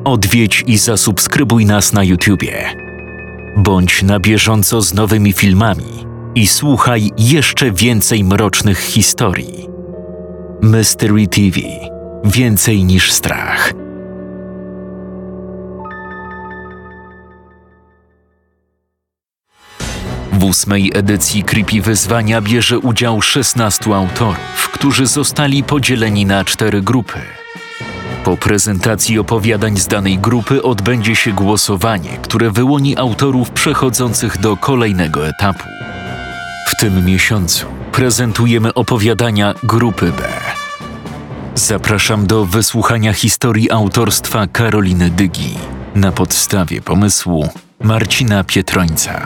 Odwiedź i zasubskrybuj nas na YouTubie. Bądź na bieżąco z nowymi filmami i słuchaj jeszcze więcej mrocznych historii. Mystery TV. Więcej niż strach. W 8. edycji Creepy Wyzwania bierze udział 16 autorów, którzy zostali podzieleni na 4 grupy. Po prezentacji opowiadań z danej grupy odbędzie się głosowanie, które wyłoni autorów przechodzących do kolejnego etapu. W tym miesiącu prezentujemy opowiadania grupy B. Zapraszam do wysłuchania historii autorstwa Karoliny Dygi na podstawie pomysłu Marcina Pietrońca.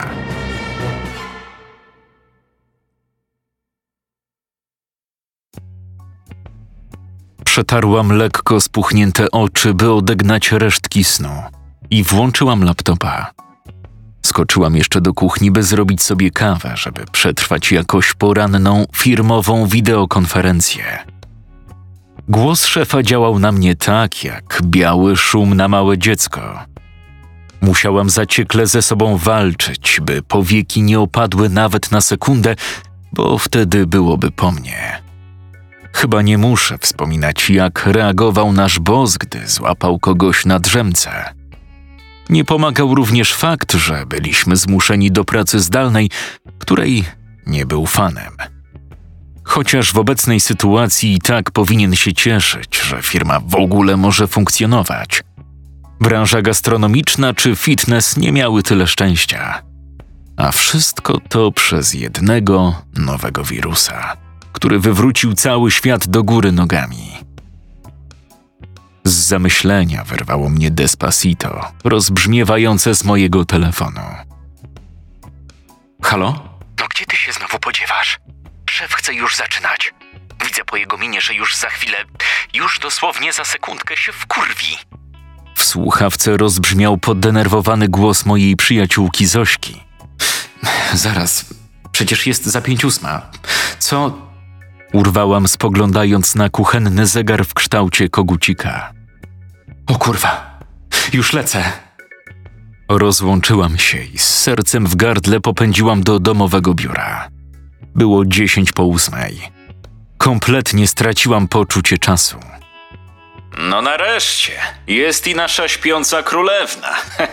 Przetarłam lekko spuchnięte oczy, by odegnać resztki snu i włączyłam laptopa. Skoczyłam jeszcze do kuchni, by zrobić sobie kawę, żeby przetrwać jakoś poranną, firmową wideokonferencję. Głos szefa działał na mnie tak, jak biały szum na małe dziecko. Musiałam zaciekle ze sobą walczyć, by powieki nie opadły nawet na sekundę, bo wtedy byłoby po mnie. Chyba nie muszę wspominać, jak reagował nasz boss, gdy złapał kogoś na drzemce. Nie pomagał również fakt, że byliśmy zmuszeni do pracy zdalnej, której nie był fanem. Chociaż w obecnej sytuacji i tak powinien się cieszyć, że firma w ogóle może funkcjonować. Branża gastronomiczna czy fitness nie miały tyle szczęścia. A wszystko to przez jednego nowego wirusa, który wywrócił cały świat do góry nogami. Z zamyślenia wyrwało mnie Despacito, rozbrzmiewające z mojego telefonu. Halo? No gdzie ty się znowu podziewasz? Szef chce już zaczynać. Widzę po jego minie, że już za chwilę, już dosłownie za sekundkę się wkurwi. W słuchawce rozbrzmiał poddenerwowany głos mojej przyjaciółki Zośki. Zaraz, przecież jest za 5:08. Co? Urwałam, spoglądając na kuchenny zegar w kształcie kogucika. O kurwa, już lecę. Rozłączyłam się i z sercem w gardle popędziłam do domowego biura. Było 8:50. Kompletnie straciłam poczucie czasu. No nareszcie, jest i nasza śpiąca królewna.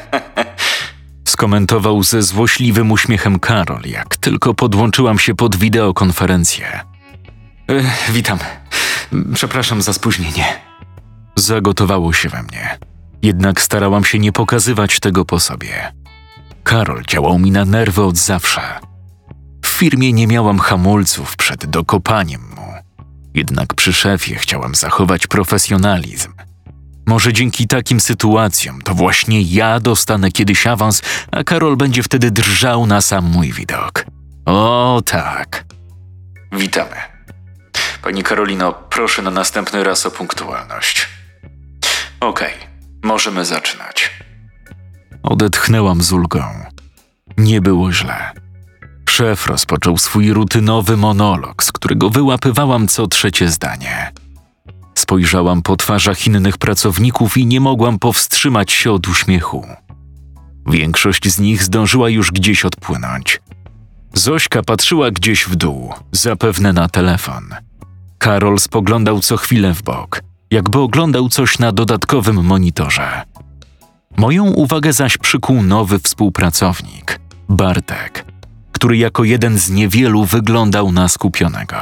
Skomentował ze złośliwym uśmiechem Karol, jak tylko podłączyłam się pod wideokonferencję. Witam. Przepraszam za spóźnienie. Zagotowało się we mnie. Jednak starałam się nie pokazywać tego po sobie. Karol działał mi na nerwy od zawsze. W firmie nie miałam hamulców przed dokopaniem mu. Jednak przy szefie chciałam zachować profesjonalizm. Może dzięki takim sytuacjom to właśnie ja dostanę kiedyś awans, a Karol będzie wtedy drżał na sam mój widok. O tak. Witamy. Pani Karolino, proszę na następny raz o punktualność. Okej, możemy zaczynać. Odetchnęłam z ulgą. Nie było źle. Szef rozpoczął swój rutynowy monolog, z którego wyłapywałam co trzecie zdanie. Spojrzałam po twarzach innych pracowników i nie mogłam powstrzymać się od uśmiechu. Większość z nich zdążyła już gdzieś odpłynąć. Zośka patrzyła gdzieś w dół, zapewne na telefon. Karol spoglądał co chwilę w bok, jakby oglądał coś na dodatkowym monitorze. Moją uwagę zaś przykuł nowy współpracownik, Bartek, który jako jeden z niewielu wyglądał na skupionego.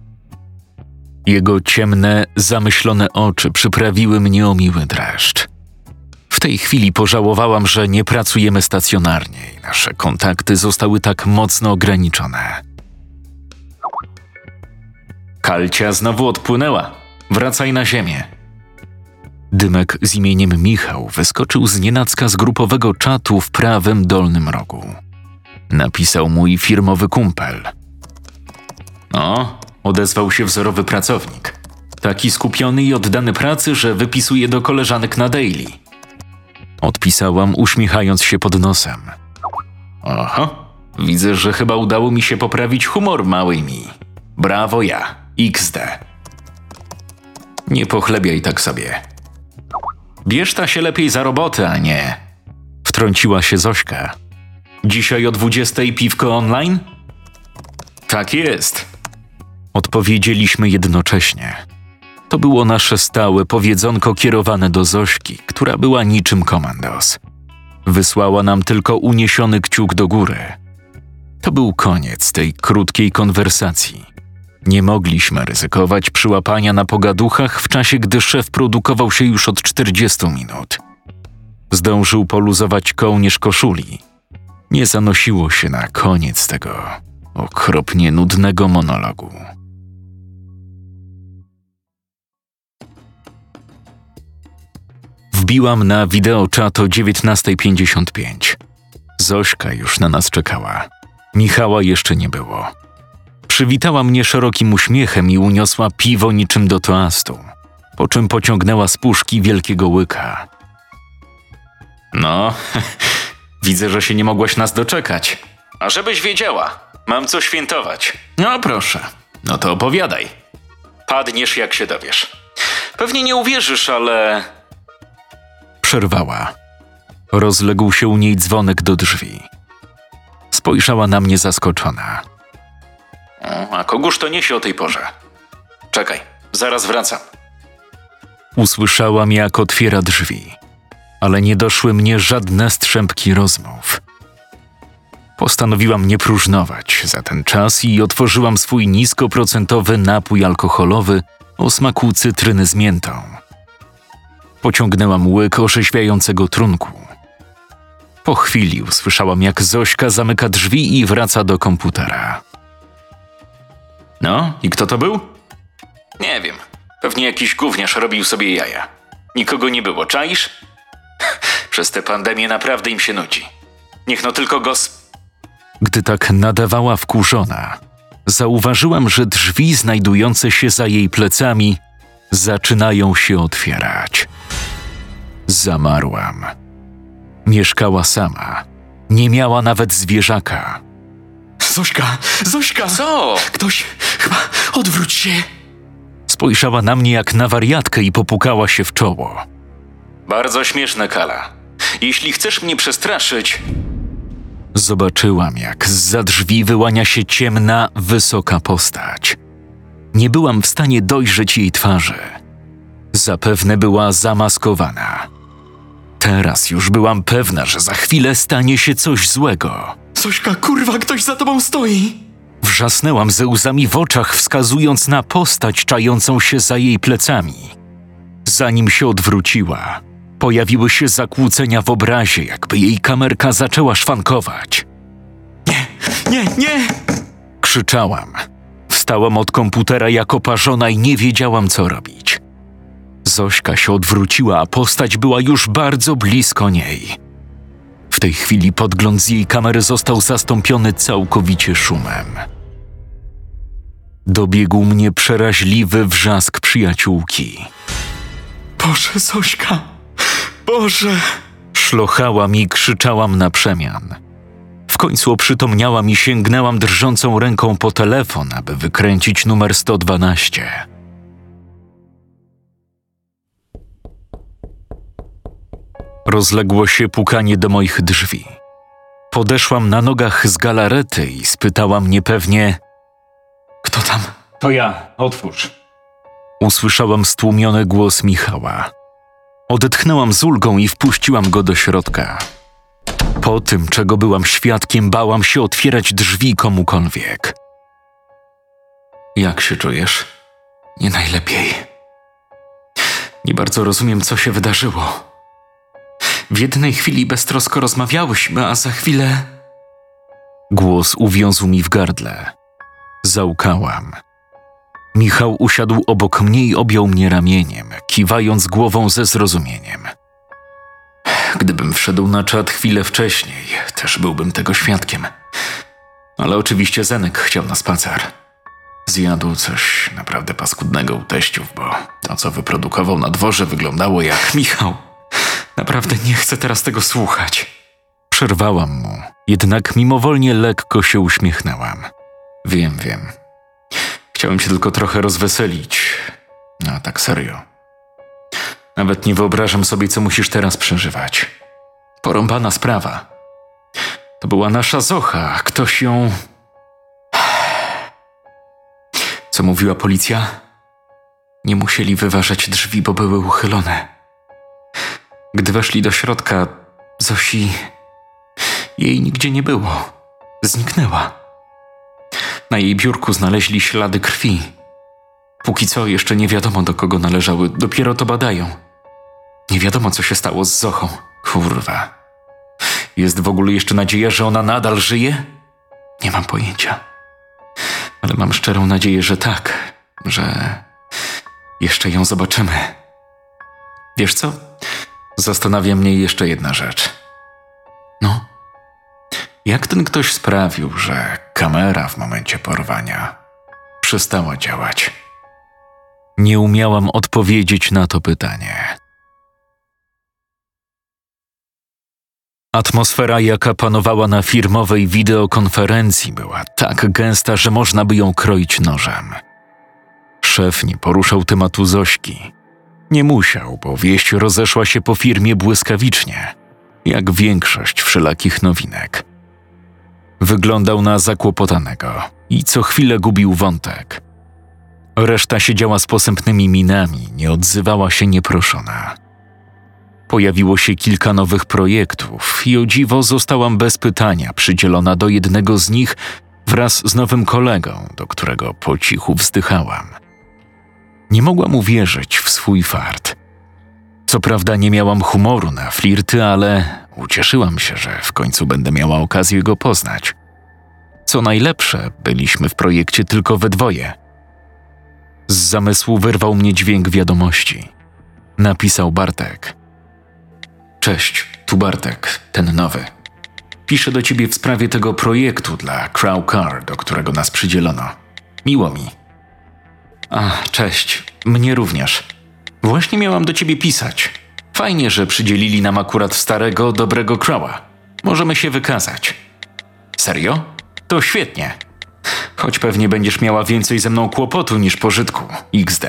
Jego ciemne, zamyślone oczy przyprawiły mnie o miły dreszcz. W tej chwili pożałowałam, że nie pracujemy stacjonarnie i nasze kontakty zostały tak mocno ograniczone. Kalcia znowu odpłynęła. Wracaj na ziemię. Dymek z imieniem Michał wyskoczył znienacka z grupowego czatu w prawym dolnym rogu. Napisał mój firmowy kumpel. O, odezwał się wzorowy pracownik. Taki skupiony i oddany pracy, że wypisuje do koleżanek na daily. Odpisałam, uśmiechając się pod nosem. Oho, widzę, że chyba udało mi się poprawić humor małej mi. Brawo ja, XD. Nie pochlebiaj tak sobie. Bierz ta się lepiej za robotę, a nie... Wtrąciła się Zośka. Dzisiaj o 20:00 piwko online? Tak jest. Odpowiedzieliśmy jednocześnie. To było nasze stałe powiedzonko kierowane do Zośki, która była niczym komandos. Wysłała nam tylko uniesiony kciuk do góry. To był koniec tej krótkiej konwersacji. Nie mogliśmy ryzykować przyłapania na pogaduchach w czasie, gdy szef produkował się już od 40 minut. Zdążył poluzować kołnierz koszuli. Nie zanosiło się na koniec tego okropnie nudnego monologu. Wbiłam na wideoczat o 19:55. Zośka już na nas czekała. Michała jeszcze nie było. Przywitała mnie szerokim uśmiechem i uniosła piwo niczym do toastu, po czym pociągnęła z puszki wielkiego łyka. No, widzę, że się nie mogłaś nas doczekać. A żebyś wiedziała, mam co świętować. No proszę, no to opowiadaj. Padniesz, jak się dowiesz. Pewnie nie uwierzysz, ale... Przerwała. Rozległ się u niej dzwonek do drzwi. Spojrzała na mnie zaskoczona. A kogóż to niesie o tej porze? Czekaj, zaraz wracam. Usłyszałam, jak otwiera drzwi, ale nie doszły mnie żadne strzępki rozmów. Postanowiłam nie próżnować za ten czas i otworzyłam swój niskoprocentowy napój alkoholowy o smaku cytryny z miętą. Pociągnęłam łyk orzeźwiającego trunku. Po chwili usłyszałam, jak Zośka zamyka drzwi i wraca do komputera. No, i kto to był? Nie wiem. Pewnie jakiś gówniarz robił sobie jaja. Nikogo nie było, czaisz? Przez tę pandemię naprawdę im się nudzi. Niech no tylko Gdy tak nadawała wkurzona, zauważyłam, że drzwi znajdujące się za jej plecami zaczynają się otwierać. Zamarłam. Mieszkała sama. Nie miała nawet zwierzaka. Zośka! Zośka! Co? Ktoś... chyba... odwróć się! Spojrzała na mnie jak na wariatkę i popukała się w czoło. Bardzo śmieszne, Kala. Jeśli chcesz mnie przestraszyć... Zobaczyłam, jak zza drzwi wyłania się ciemna, wysoka postać. Nie byłam w stanie dojrzeć jej twarzy. Zapewne była zamaskowana. Teraz już byłam pewna, że za chwilę stanie się coś złego. Zośka, kurwa, ktoś za tobą stoi! Wrzasnęłam ze łzami w oczach, wskazując na postać czającą się za jej plecami. Zanim się odwróciła, pojawiły się zakłócenia w obrazie, jakby jej kamerka zaczęła szwankować. Nie, nie, nie! Krzyczałam. Wstałam od komputera jak oparzona i nie wiedziałam, co robić. Zośka się odwróciła, a postać była już bardzo blisko niej. W tej chwili podgląd z jej kamery został zastąpiony całkowicie szumem. Dobiegł mnie przeraźliwy wrzask przyjaciółki. Boże, Zośka! Boże! Szlochałam i krzyczałam na przemian. W końcu oprzytomniałam i sięgnęłam drżącą ręką po telefon, aby wykręcić numer 112. Rozległo się pukanie do moich drzwi. Podeszłam na nogach z galarety i spytałam niepewnie: Kto tam? To ja, otwórz. Usłyszałam stłumiony głos Michała. Odetchnęłam z ulgą i wpuściłam go do środka. Po tym, czego byłam świadkiem, bałam się otwierać drzwi komukolwiek. Jak się czujesz? Nie najlepiej. Nie bardzo rozumiem, co się wydarzyło. W jednej chwili beztrosko rozmawiałyśmy, a za chwilę... Głos uwiązł mi w gardle. Załkałam. Michał usiadł obok mnie i objął mnie ramieniem, kiwając głową ze zrozumieniem. Gdybym wszedł na czat chwilę wcześniej, też byłbym tego świadkiem. Ale oczywiście Zenek chciał na spacer. Zjadł coś naprawdę paskudnego u teściów, bo to, co wyprodukował na dworze, wyglądało jak... Michał, naprawdę nie chcę teraz tego słuchać. Przerwałam mu, jednak mimowolnie lekko się uśmiechnęłam. Wiem. Chciałem cię tylko trochę rozweselić. No, tak serio. Nawet nie wyobrażam sobie, co musisz teraz przeżywać. Porąbana sprawa. To była nasza Zocha. Ktoś ją... Co mówiła policja? Nie musieli wyważać drzwi, bo były uchylone. Gdy weszli do środka, Zosi... Jej nigdzie nie było. Zniknęła. Na jej biurku znaleźli ślady krwi. Póki co jeszcze nie wiadomo, do kogo należały. Dopiero to badają. Nie wiadomo, co się stało z Zochą. Kurwa. Jest w ogóle jeszcze nadzieja, że ona nadal żyje? Nie mam pojęcia. Ale mam szczerą nadzieję, że tak. Że jeszcze ją zobaczymy. Wiesz co? Zastanawia mnie jeszcze jedna rzecz. No? Jak ten ktoś sprawił, że kamera w momencie porwania przestała działać? Nie umiałam odpowiedzieć na to pytanie. Atmosfera, jaka panowała na firmowej wideokonferencji, była tak gęsta, że można by ją kroić nożem. Szef nie poruszał tematu Zośki. Nie musiał, bo wieść rozeszła się po firmie błyskawicznie, jak większość wszelakich nowinek. Wyglądał na zakłopotanego i co chwilę gubił wątek. Reszta siedziała z posępnymi minami, nie odzywała się nieproszona. Pojawiło się kilka nowych projektów i o dziwo zostałam bez pytania przydzielona do jednego z nich wraz z nowym kolegą, do którego po cichu wzdychałam. Nie mogłam uwierzyć w swój fart. Co prawda nie miałam humoru na flirty, ale ucieszyłam się, że w końcu będę miała okazję go poznać. Co najlepsze, byliśmy w projekcie tylko we dwoje. Z zamysłu wyrwał mnie dźwięk wiadomości. Napisał Bartek. Cześć, tu Bartek, ten nowy. Piszę do ciebie w sprawie tego projektu dla Crowcar, do którego nas przydzielono. Miło mi. A, cześć, mnie również. Właśnie miałam do ciebie pisać. Fajnie, że przydzielili nam akurat starego, dobrego Crowa. Możemy się wykazać. Serio? To świetnie. Choć pewnie będziesz miała więcej ze mną kłopotu niż pożytku. XD.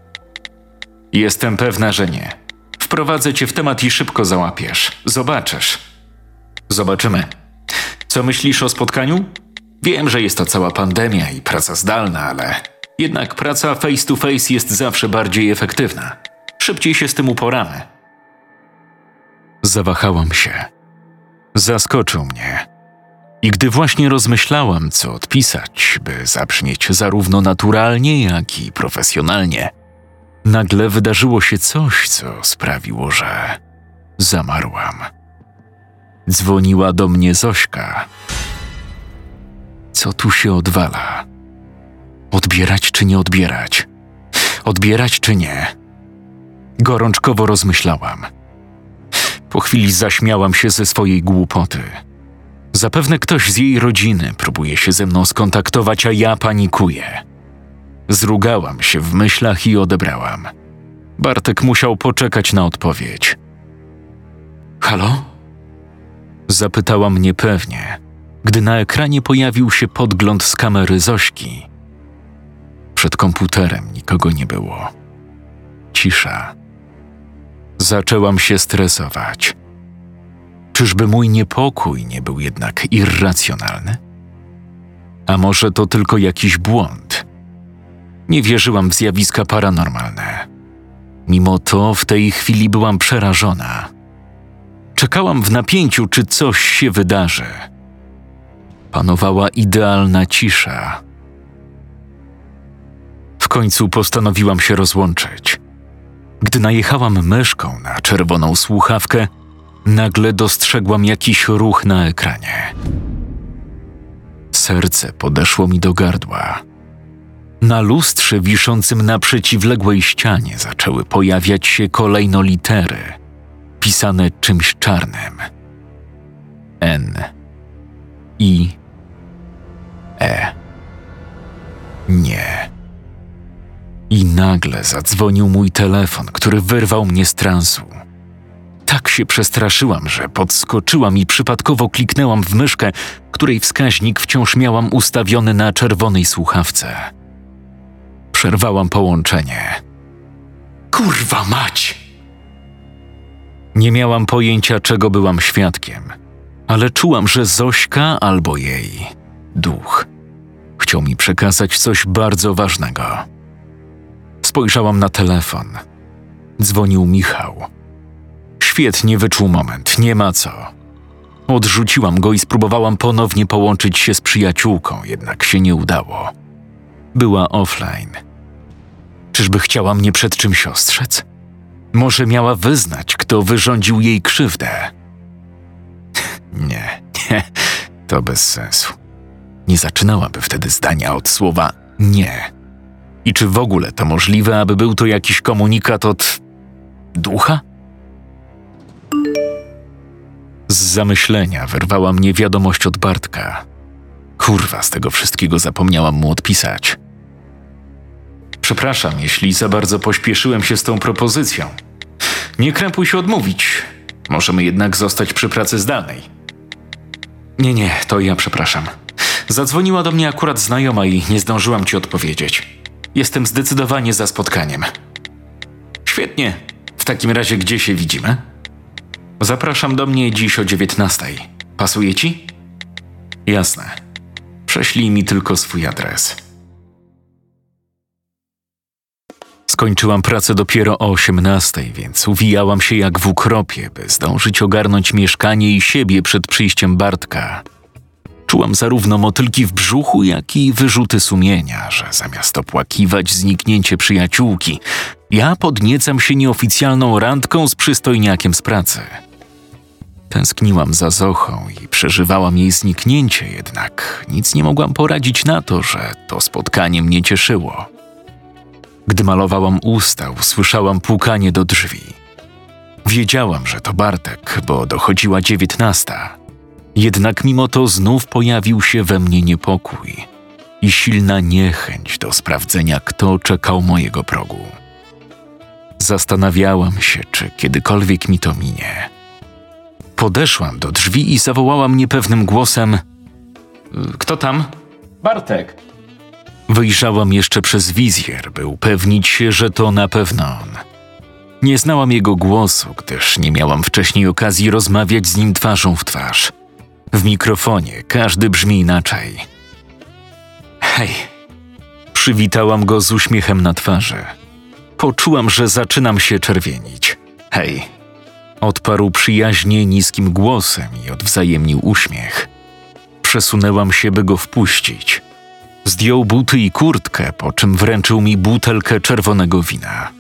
Jestem pewna, że nie. Wprowadzę cię w temat i szybko załapiesz. Zobaczysz. Zobaczymy. Co myślisz o spotkaniu? Wiem, że jest to cała pandemia i praca zdalna, ale jednak praca face to face jest zawsze bardziej efektywna. Szybciej się z tym uporamy. Zawahałam się. Zaskoczył mnie. I gdy właśnie rozmyślałam, co odpisać, by zabrzmieć zarówno naturalnie, jak i profesjonalnie, nagle wydarzyło się coś, co sprawiło, że zamarłam. Dzwoniła do mnie Zośka. Co tu się odwala? Odbierać czy nie odbierać? Odbierać czy nie? Gorączkowo rozmyślałam. Po chwili zaśmiałam się ze swojej głupoty. Zapewne ktoś z jej rodziny próbuje się ze mną skontaktować, a ja panikuję. Zrugałam się w myślach i odebrałam. Bartek musiał poczekać na odpowiedź. Halo? Zapytałam niepewnie, gdy na ekranie pojawił się podgląd z kamery Zośki. Przed komputerem nikogo nie było. Cisza. Zaczęłam się stresować. Czyżby mój niepokój nie był jednak irracjonalny? A może to tylko jakiś błąd? Nie wierzyłam w zjawiska paranormalne. Mimo to w tej chwili byłam przerażona. Czekałam w napięciu, czy coś się wydarzy. Panowała idealna cisza. W końcu postanowiłam się rozłączyć. Gdy najechałam myszką na czerwoną słuchawkę, nagle dostrzegłam jakiś ruch na ekranie. Serce podeszło mi do gardła. Na lustrze wiszącym na przeciwległej ścianie zaczęły pojawiać się kolejno litery, pisane czymś czarnym. N. I. E. Nie. I nagle zadzwonił mój telefon, który wyrwał mnie z transu. Tak się przestraszyłam, że podskoczyłam i przypadkowo kliknęłam w myszkę, której wskaźnik wciąż miałam ustawiony na czerwonej słuchawce. Przerwałam połączenie. Kurwa mać! Nie miałam pojęcia, czego byłam świadkiem, ale czułam, że Zośka albo jej duch chciał mi przekazać coś bardzo ważnego. Spojrzałam na telefon. Dzwonił Michał. Świetnie wyczuł moment, nie ma co. Odrzuciłam go i spróbowałam ponownie połączyć się z przyjaciółką, jednak się nie udało. Była offline. Czyżby chciała mnie przed czymś ostrzec? Może miała wyznać, kto wyrządził jej krzywdę? Nie, to bez sensu. Nie zaczynałaby wtedy zdania od słowa nie. I czy w ogóle to możliwe, aby był to jakiś komunikat od ducha? Z zamyślenia wyrwała mnie wiadomość od Bartka. Kurwa, z tego wszystkiego zapomniałam mu odpisać. Przepraszam, jeśli za bardzo pośpieszyłem się z tą propozycją. Nie krępuj się odmówić. Możemy jednak zostać przy pracy zdalnej. Nie, to ja przepraszam. Zadzwoniła do mnie akurat znajoma i nie zdążyłam ci odpowiedzieć. Jestem zdecydowanie za spotkaniem. Świetnie. W takim razie gdzie się widzimy? Zapraszam do mnie dziś o 19:00. Pasuje ci? Jasne. Prześlij mi tylko swój adres. Skończyłam pracę dopiero o 18:00, więc uwijałam się jak w ukropie, by zdążyć ogarnąć mieszkanie i siebie przed przyjściem Bartka. Czułam zarówno motylki w brzuchu, jak i wyrzuty sumienia, że zamiast opłakiwać zniknięcie przyjaciółki, ja podniecam się nieoficjalną randką z przystojniakiem z pracy. Tęskniłam za Zochą i przeżywałam jej zniknięcie, jednak nic nie mogłam poradzić na to, że to spotkanie mnie cieszyło. Gdy malowałam usta, usłyszałam pukanie do drzwi. Wiedziałam, że to Bartek, bo dochodziła 19:00. Jednak mimo to znów pojawił się we mnie niepokój i silna niechęć do sprawdzenia, kto czekał mojego progu. Zastanawiałam się, czy kiedykolwiek mi to minie. Podeszłam do drzwi i zawołałam niepewnym głosem: kto tam? Bartek. Wyjrzałam jeszcze przez wizjer, by upewnić się, że to na pewno on. Nie znałam jego głosu, gdyż nie miałam wcześniej okazji rozmawiać z nim twarzą w twarz. W mikrofonie każdy brzmi inaczej. Hej! Przywitałam go z uśmiechem na twarzy. Poczułam, że zaczynam się czerwienić. Hej! Odparł przyjaźnie niskim głosem i odwzajemnił uśmiech. Przesunęłam się, by go wpuścić. Zdjął buty i kurtkę, po czym wręczył mi butelkę czerwonego wina.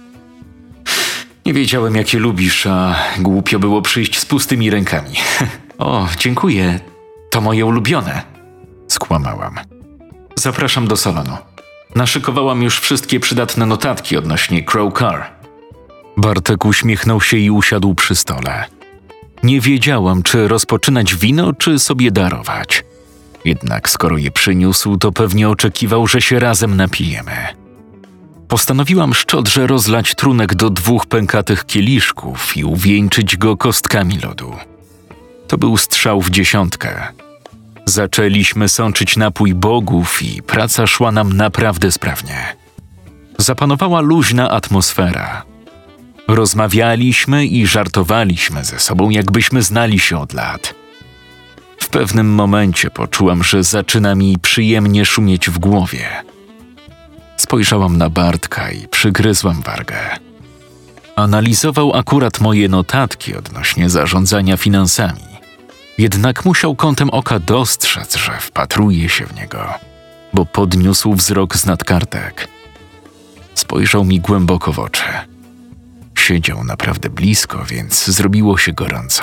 Nie wiedziałem, jakie lubisz, a głupio było przyjść z pustymi rękami. O, dziękuję. To moje ulubione. Skłamałam. Zapraszam do salonu. Naszykowałam już wszystkie przydatne notatki odnośnie Crow Car. Bartek uśmiechnął się i usiadł przy stole. Nie wiedziałam, czy rozpoczynać wino, czy sobie darować. Jednak skoro je przyniósł, to pewnie oczekiwał, że się razem napijemy. Postanowiłam szczodrze rozlać trunek do 2 pękatych kieliszków i uwieńczyć go kostkami lodu. To był strzał w 10. Zaczęliśmy sączyć napój bogów i praca szła nam naprawdę sprawnie. Zapanowała luźna atmosfera. Rozmawialiśmy i żartowaliśmy ze sobą, jakbyśmy znali się od lat. W pewnym momencie poczułam, że zaczyna mi przyjemnie szumieć w głowie. Spojrzałam na Bartka i przygryzłam wargę. Analizował akurat moje notatki odnośnie zarządzania finansami. Jednak musiał kątem oka dostrzec, że wpatruję się w niego, bo podniósł wzrok z nad kartek. Spojrzał mi głęboko w oczy. Siedział naprawdę blisko, więc zrobiło się gorąco.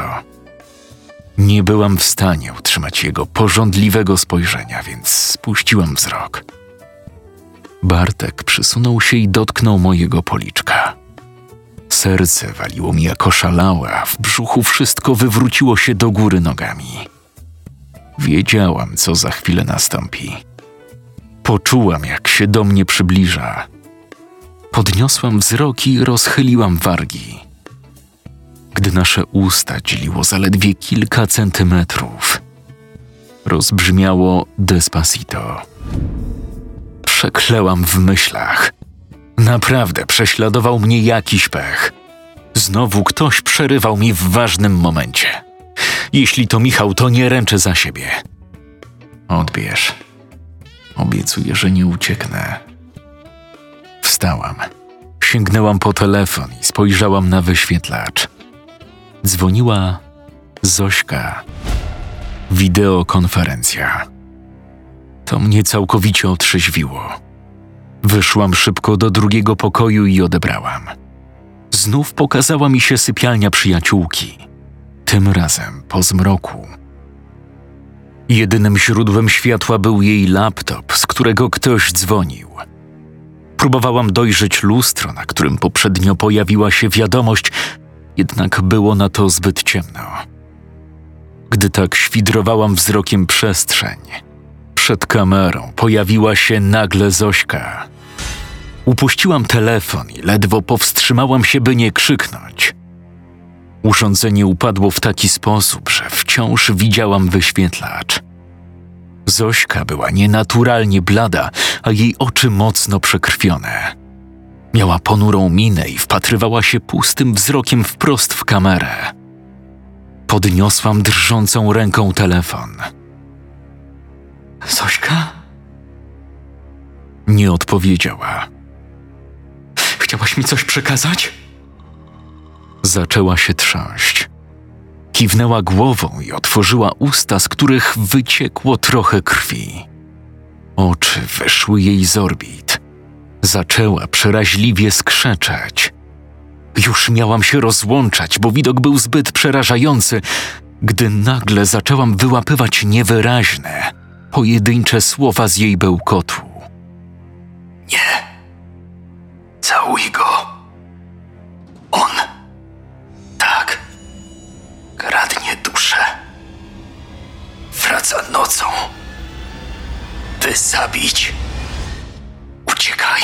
Nie byłam w stanie utrzymać jego pożądliwego spojrzenia, więc spuściłam wzrok. Bartek przysunął się i dotknął mojego policzka. Serce waliło mi jak oszalałe, a w brzuchu wszystko wywróciło się do góry nogami. Wiedziałam, co za chwilę nastąpi. Poczułam, jak się do mnie przybliża. Podniosłam wzrok i rozchyliłam wargi. Gdy nasze usta dzieliło zaledwie kilka centymetrów, rozbrzmiało Despacito. Przeklęłam w myślach. Naprawdę prześladował mnie jakiś pech. Znowu ktoś przerywał mi w ważnym momencie. Jeśli to Michał, to nie ręczę za siebie. Odbierz. Obiecuję, że nie ucieknę. Wstałam. Sięgnęłam po telefon i spojrzałam na wyświetlacz. Dzwoniła Zośka. Wideokonferencja. To mnie całkowicie otrzeźwiło. Wyszłam szybko do drugiego pokoju i odebrałam. Znów pokazała mi się sypialnia przyjaciółki. Tym razem po zmroku. Jedynym źródłem światła był jej laptop, z którego ktoś dzwonił. Próbowałam dojrzeć lustro, na którym poprzednio pojawiła się wiadomość, jednak było na to zbyt ciemno. Gdy tak świdrowałam wzrokiem przestrzeń, przed kamerą pojawiła się nagle Zośka. Upuściłam telefon i ledwo powstrzymałam się, by nie krzyknąć. Urządzenie upadło w taki sposób, że wciąż widziałam wyświetlacz. Zośka była nienaturalnie blada, a jej oczy mocno przekrwione. Miała ponurą minę i wpatrywała się pustym wzrokiem wprost w kamerę. Podniosłam drżącą ręką telefon. Zośka? Nie odpowiedziała. Chciałaś mi coś przekazać? Zaczęła się trząść. Kiwnęła głową i otworzyła usta, z których wyciekło trochę krwi. Oczy wyszły jej z orbit. Zaczęła przeraźliwie skrzeczeć. Już miałam się rozłączać, bo widok był zbyt przerażający, gdy nagle zaczęłam wyłapywać niewyraźne, pojedyncze słowa z jej bełkotu. Nie. Całuj go. On. Tak. Kradnie duszę. Wraca nocą. By zabić. Uciekaj.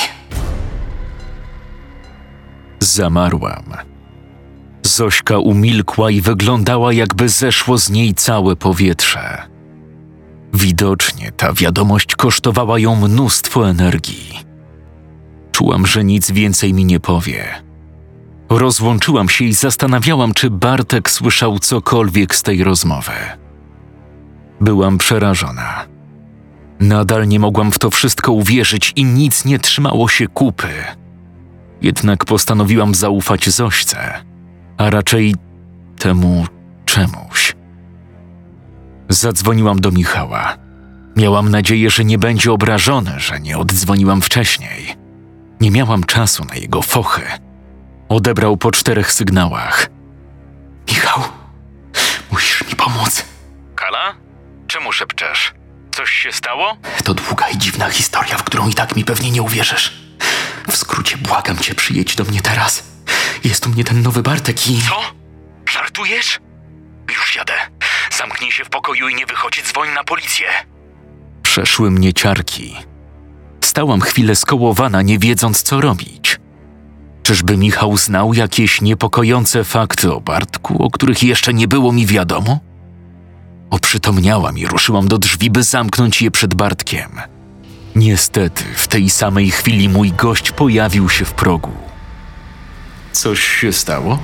Zamarłam. Zośka umilkła i wyglądała, jakby zeszło z niej całe powietrze. Widocznie ta wiadomość kosztowała ją mnóstwo energii. Czułam, że nic więcej mi nie powie. Rozłączyłam się i zastanawiałam, czy Bartek słyszał cokolwiek z tej rozmowy. Byłam przerażona. Nadal nie mogłam w to wszystko uwierzyć i nic nie trzymało się kupy. Jednak postanowiłam zaufać Zośce, a raczej temu czemuś. Zadzwoniłam do Michała. Miałam nadzieję, że nie będzie obrażony, że nie oddzwoniłam wcześniej. Nie miałam czasu na jego fochy. Odebrał po 4 sygnałach. Michał, musisz mi pomóc. Kala? Czemu szepczesz? Coś się stało? To długa i dziwna historia, w którą i tak mi pewnie nie uwierzysz. W skrócie, błagam cię, przyjedź do mnie teraz. Jest u mnie ten nowy Bartek i... Co? Żartujesz? Już jadę. Zamknij się w pokoju i nie wychodź, dzwoń na policję. Przeszły mnie ciarki. Stałam chwilę skołowana, nie wiedząc, co robić. Czyżby Michał znał jakieś niepokojące fakty o Bartku, o których jeszcze nie było mi wiadomo? Oprzytomniałam i ruszyłam do drzwi, by zamknąć je przed Bartkiem. Niestety, w tej samej chwili mój gość pojawił się w progu. Coś się stało?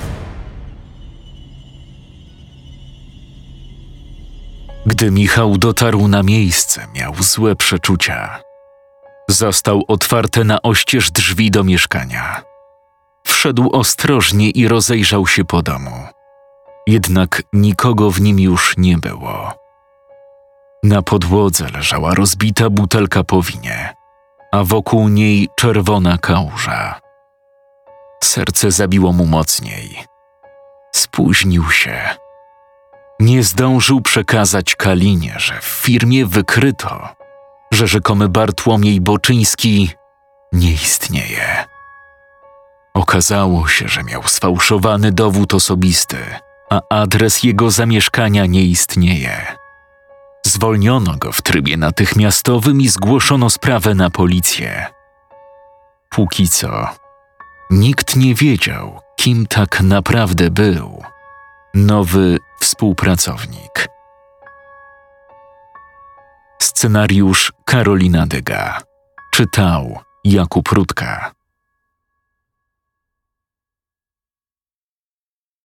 Gdy Michał dotarł na miejsce, miał złe przeczucia. Zastał otwarte na oścież drzwi do mieszkania. Wszedł ostrożnie i rozejrzał się po domu. Jednak nikogo w nim już nie było. Na podłodze leżała rozbita butelka po winie, a wokół niej czerwona kałuża. Serce zabiło mu mocniej. Spóźnił się. Nie zdążył przekazać Kalinie, że w firmie wykryto, że rzekomy Bartłomiej Boczyński nie istnieje. Okazało się, że miał sfałszowany dowód osobisty, a adres jego zamieszkania nie istnieje. Zwolniono go w trybie natychmiastowym i zgłoszono sprawę na policję. Póki co, nikt nie wiedział, kim tak naprawdę był nowy współpracownik. Scenariusz Karolina Dyga. Czytał Jakub Rutka.